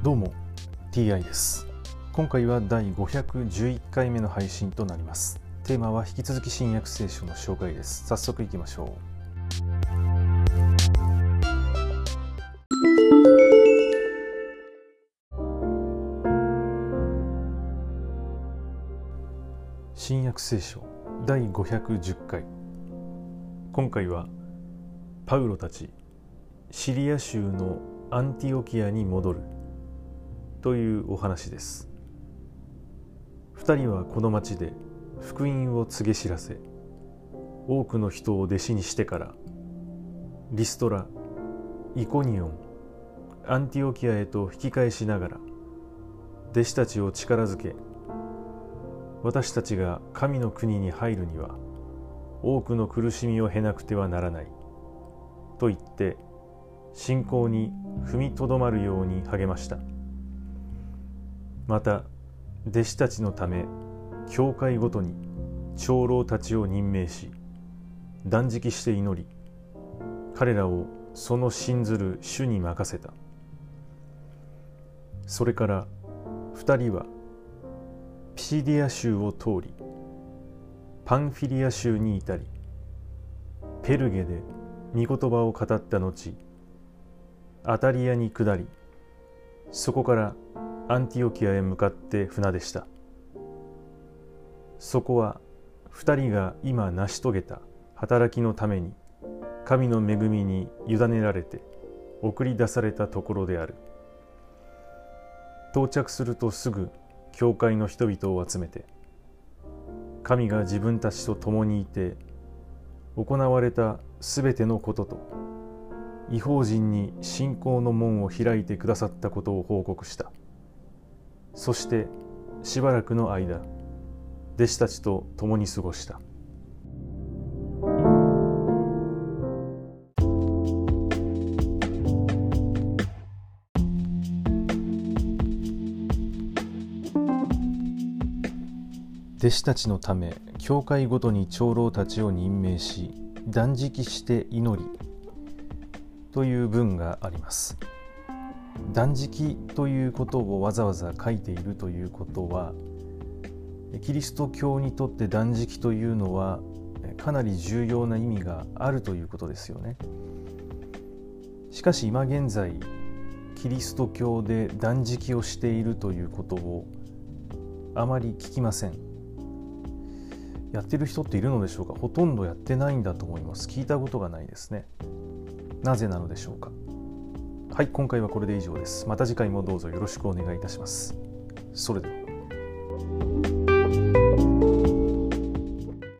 どうも TI です。今回は第511回目の配信となります。テーマは引き続き新約聖書の紹介です。早速いきましょう。新約聖書第510回。今回はパウロたちシリア州のアンティオキアに戻るというお話です。2人はこの町で福音を告げ知らせ、多くの人を弟子にしてから、リストラ、イコニオン、アンティオキアへと引き返しながら、弟子たちを力づけ、私たちが神の国に入るには、多くの苦しみを経なくてはならない、と言って、信仰に踏みとどまるように励ました。また、弟子たちのため、教会ごとに長老たちを任命し、断食して祈り、彼らをその信ずる主に任せた。それから二人はピシディア州を通り、パンフィリア州に至り、ペルゲで御言葉を語った後、アタリアに下り、そこからアンティオキアへ向かって船出した。そこは二人が今成し遂げた働きのために神の恵みに委ねられて送り出されたところである。到着するとすぐ教会の人々を集めて、神が自分たちと共にいて行われたすべてのことと、異邦人に信仰の門を開いてくださったことを報告した。そしてしばらくの間、弟子たちと共に過ごした。弟子たちのため、教会ごとに長老たちを任命し、断食して祈りという文があります。断食ということをわざわざ書いているということは、キリスト教にとって断食というのはかなり重要な意味があるということですよね。しかし今現在、キリスト教で断食をしているということをあまり聞きません。やってる人っているのでしょうか。ほとんどやってないんだと思います。聞いたことがないですね。なぜなのでしょうか。はい、今回はこれで以上です。また次回もどうぞよろしくお願いいたします。それでは。